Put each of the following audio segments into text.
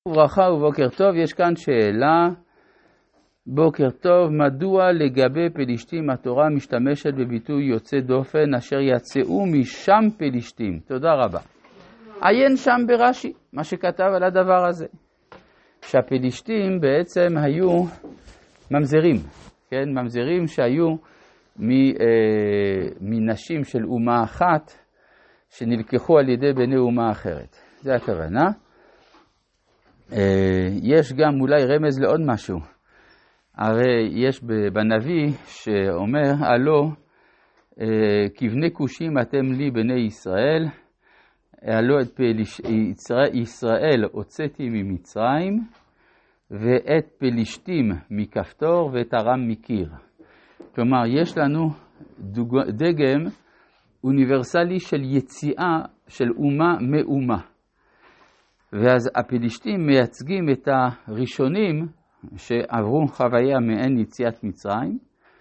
וברכה ובוקר טוב. יש כאן שאלה. בוקר טוב, מדוע לגבי פלישתים התורה משתמשת בביטוי יוצא דופן אשר יצאו משם פלישתים? תודה רבה. עיין שם ברש"י מה שכתב על הדבר הזה. שהפלישתים בעצם היו ממזרים, כן? ממזרים שהיו מנשים של אומה אחת שנלקחו על ידי בני אומה אחרת. זה הכוונה. יש גם אולי רמז לעוד משהו. הרי יש בנביא שאומר, הלא כבני כושים אתם לי בני ישראל, הלא את ישראל הוצאתי ממצרים, ואת פלישתים מכפתור ואת ארם מקיר. כלומר, יש לנו דגם אוניברסלי של יציאה של אומה מאומה. ואז הפלישתים מייצגים את הראשונים שעברו חוויה מעין יציאת מצרים,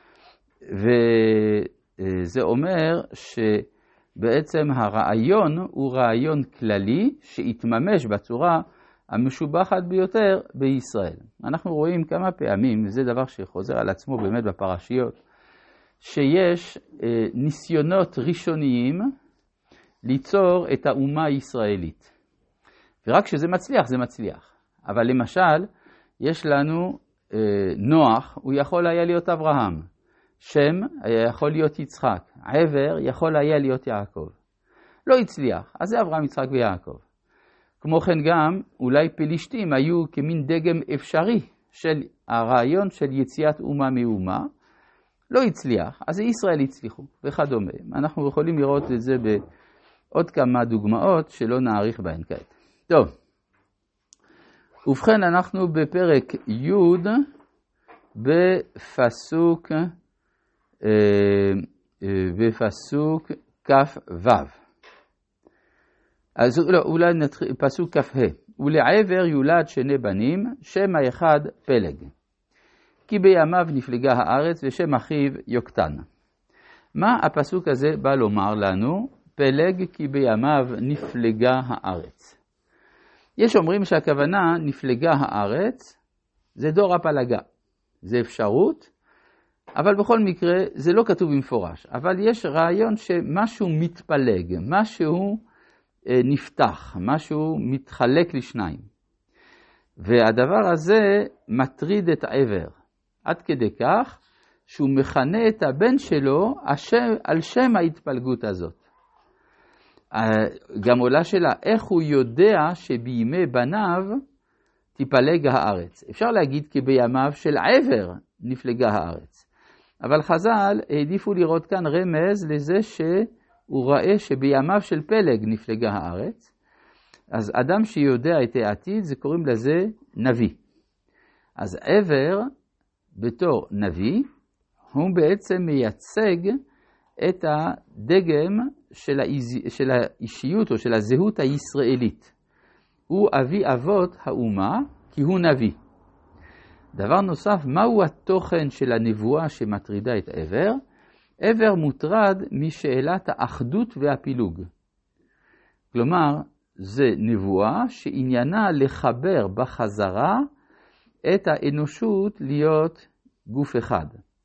וזה אומר שבעצם הרעיון הוא רעיון כללי שהתממש בצורה המשובחת ביותר בישראל. אנחנו רואים כמה פעמים, וזה דבר שחוזר על עצמו באמת בפרשיות, שיש ניסיונות ראשוניים ליצור את האומה הישראלית. ורק כשזה מצליח, זה מצליח. אבל למשל, יש לנו נוח, הוא יכול היה להיות אברהם. שם יכול להיות יצחק. עבר יכול היה להיות יעקב. לא הצליח, אז זה אברהם, יצחק ויעקב. כמו כן גם, אולי פלישתים היו כמין דגם אפשרי של הרעיון של יציאת אומה מאומה. לא הצליח, אז ישראל הצליחו וכדומה. אנחנו יכולים לראות את זה בעוד כמה דוגמאות שלא נאריך בהן כעת. טוב, ובכן אנחנו בפרק י' בפסוק כ"ו. אז לא, אולי נתחיל פסוק כ"ה. ולעבר יולד שני בנים, שם האחד פלג. כי בימיו נפלגה הארץ ושם אחיו יוקטן. מה הפסוק הזה בא לומר לנו? פלג כי בימיו נפלגה הארץ. יש אומרים שהכוונה נפלגה הארץ, זה דור הפלגה. זה אפשרות, אבל בכל מקרה זה לא כתוב במפורש. אבל יש רעיון שמשהו מתפלג, משהו נפתח, משהו מתחלק לשניים. והדבר הזה מטריד את עבר, עד כדי כך שהוא מכנה את הבן שלו על שם ההתפלגות הזאת. גם עולה שאלה, איך הוא יודע שבימי בניו תיפלג הארץ? אפשר להגיד כי בימיו של עבר נפלגה הארץ. אבל חז"ל העדיפו לראות כאן רמז לזה שהוא ראה שבימיו של פלג נפלגה הארץ. אז אדם שיודע את העתיד, זה קוראים לזה נביא. אז עבר בתור נביא, הוא בעצם מייצג את הדגם של האישיות או של הזהות הישראלית. הוא אבי אבות האומה כי הוא נביא. דבר נוסף, מהו התוכן של הנבואה שמטרידה את עבר? עבר מוטרד משאלת האחדות והפילוג. כלומר, זה נבואה שעניינה לחבר בחזרה את האנושות להיות גוף אחד.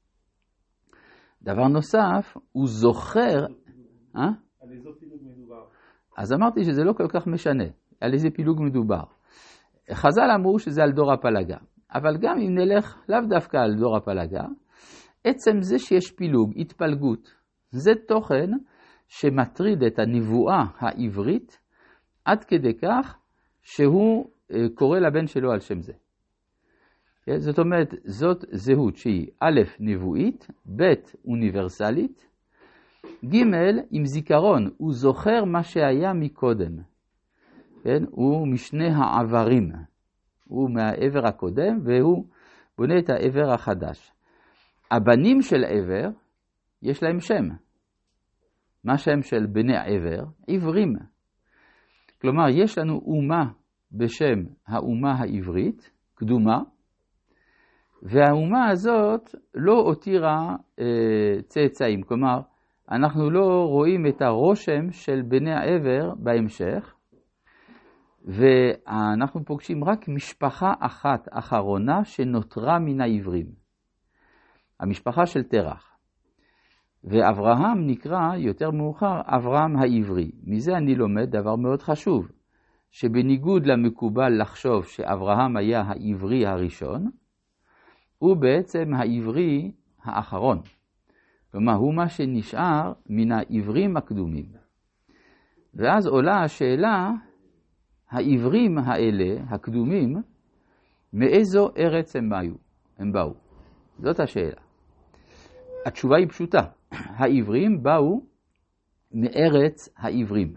דבר נוסף, הוא זוכר... על איזה פילוג מדובר? אז אמרתי שזה לא כל כך משנה, על איזה פילוג מדובר. חז"ל אמרו שזה על דור הפלגה, אבל גם אם נלך לאו דווקא על דור הפלגה, עצם זה שיש פילוג, התפלגות, זה תוכן שמטריד את הנבואה העברית, עד כדי כך שהוא קורא לבן שלו על שם זה. זאת אומרת, זאת זהות שהיא א' נבואית, ב' אוניברסלית, ג' עם זיכרון, הוא זוכר מה שהיה מקודם. כן? הוא משני העברים. הוא מהעבר הקודם והוא בונה את העבר החדש. הבנים של עבר, יש להם שם. מה שם של בני עבר? עברים. כלומר, יש לנו אומה בשם האומה העברית, קדומה, והאומה הזאת לא הותירה צאצאים. כלומר, אנחנו לא רואים את הרושם של בני העבר בהמשך, ואנחנו פוגשים רק משפחה אחת אחרונה שנותרה מן העברים. המשפחה של תרח. ואברהם נקרא יותר מאוחר אברהם העברי. מזה אני לומד דבר מאוד חשוב, שבניגוד למקובל לחשוב שאברהם היה העברי הראשון, הוא בעצם העברי האחרון. כלומר, הוא מה שנשאר מן העברים הקדומים. ואז עולה השאלה, העברים האלה, הקדומים, מאיזו ארץ הם באו? זאת השאלה. התשובה היא פשוטה. העברים באו מארץ העברים.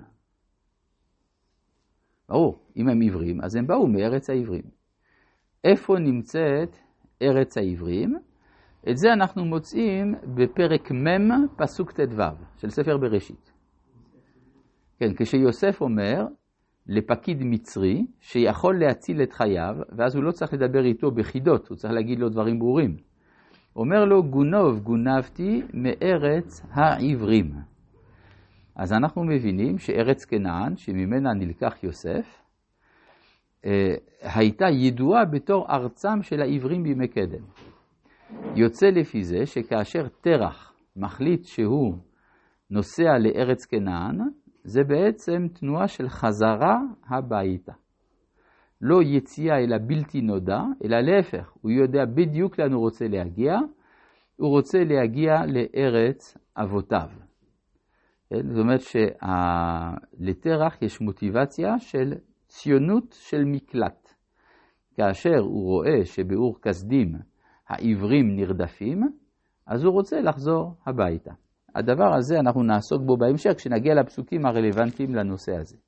ברור, אם הם עברים, אז הם באו מארץ העברים. איפה נמצאת ארץ העברים? את זה אנחנו מוצאים בפרק מ' פסוק ט"ו של ספר בראשית. כן, כשיוסף אומר לפקיד מצרי שיכול להציל את חייו, ואז הוא לא צריך לדבר איתו בחידות, הוא צריך להגיד לו דברים ברורים. אומר לו, גונבתי מארץ העברים. אז אנחנו מבינים שארץ כנען, שממנה נלקח יוסף, הייתה ידועה בתור ארצם של העברים בימי קדם. יוצא לפי זה שכאשר תרח מחליט שהוא נוסע לארץ כנען, זה בעצם תנועה של חזרה הביתה. לא יציאה אלא בלתי נודע, אלא להפך, הוא יודע בדיוק לאן הוא רוצה להגיע, הוא רוצה להגיע לארץ אבותיו. זאת אומרת שלתרח יש מוטיבציה של ציונות של מקלט. כאשר הוא רואה שבאור כסדים העברים נרדפים, אז הוא רוצה לחזור הביתה. הדבר הזה אנחנו נעסוק בו בהמשך כשנגיע לפסוקים הרלוונטיים לנושא הזה.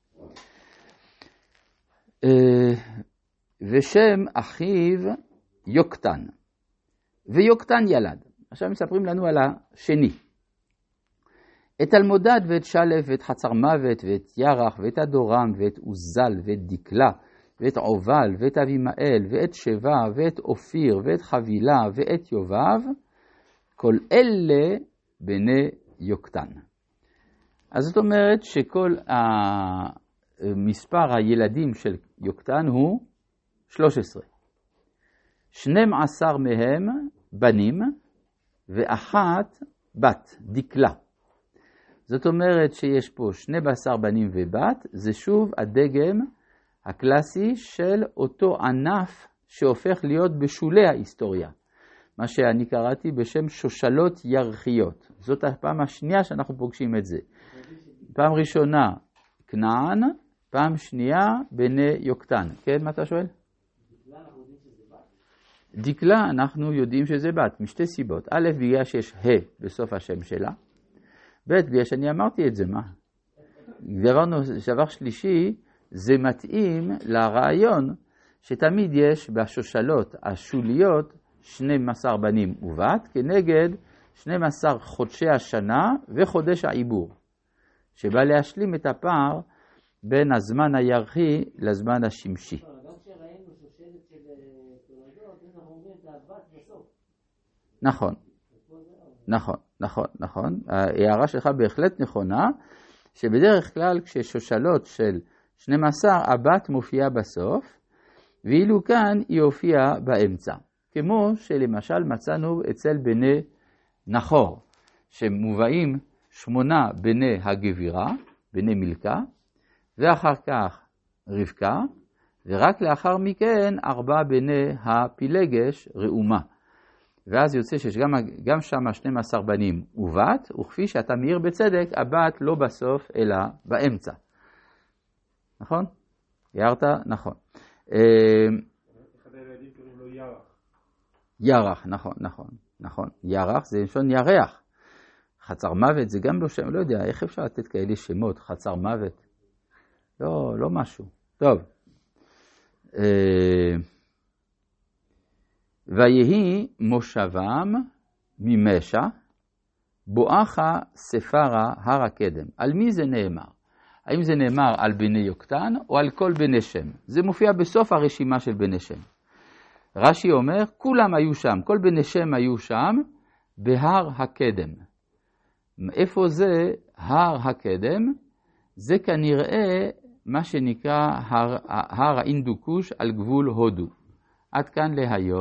ושם אחיו יוקטן, ויוקטן ילד. עכשיו מספרים לנו על השני. את אלמודד ואת שלף ואת חצר מוות ואת ירח ואת אדורם ואת עוזל ואת דקלה ואת עובל ואת אבימאל ואת שבע ואת אופיר ואת חבילה ואת יובב, כל אלה בני יוקטן. אז זאת אומרת שכל מספר הילדים של יוקטן הוא 13. 12 מהם בנים ואחת בת, דקלה. זאת אומרת שיש פה 12 בנים ובת, זה שוב הדגם הקלאסי של אותו ענף שהופך להיות בשולי ההיסטוריה. מה שאני קראתי בשם שושלות ירחיות. זאת הפעם השנייה שאנחנו פוגשים את זה. פעם ראשונה כנען, פעם שנייה בני יוקטן. כן, מה אתה שואל? דקלה אנחנו יודעים שזה בת, משתי סיבות. א', בגלל שיש ה' בסוף השם שלה. ב', בגלל שאני אמרתי את זה, מה? דבר שלישי, זה מתאים לרעיון שתמיד יש בשושלות השוליות 12 בנים ובת, כנגד 12 חודשי השנה וחודש העיבור, שבא להשלים את הפער בין הזמן הירחי לזמן השמשי. גם כשראינו שושלת של תולדות, אנחנו אומרים את הבת בסוף. נכון. ההערה שלך בהחלט נכונה, שבדרך כלל כששושלות של 12 הבת מופיעה בסוף, ואילו כאן היא הופיעה באמצע. כמו שלמשל מצאנו אצל בני נחור, שמובאים 8 בני הגבירה, בני מילכה, ואחר כך רבקה, ורק לאחר מכן 4 בני הפילגש, ראומה. ואז יוצא שגם שם 12 בנים ובת, וכפי שאתה מאיר בצדק, הבת לא בסוף אלא באמצע. נכון? הערת? נכון. אחד הילדים קוראים לו ירח. ירח, נכון. ירח זה לשון ירח. חצר מוות זה גם לא שם, לא יודע, איך אפשר לתת כאלה שמות? חצר מוות? לא משהו. טוב. ויהי מושבם ממשה, בואכה ספרה הר הקדם. על מי זה נאמר? האם זה נאמר על בני יוקטן או על כל בני שם? זה מופיע בסוף הרשימה של בני שם. רש"י אומר, כולם היו שם, כל בני שם היו שם, בהר הקדם. איפה זה הר הקדם? זה כנראה מה שנקרא הר האינדוקוש על גבול הודו. עד כאן להיום.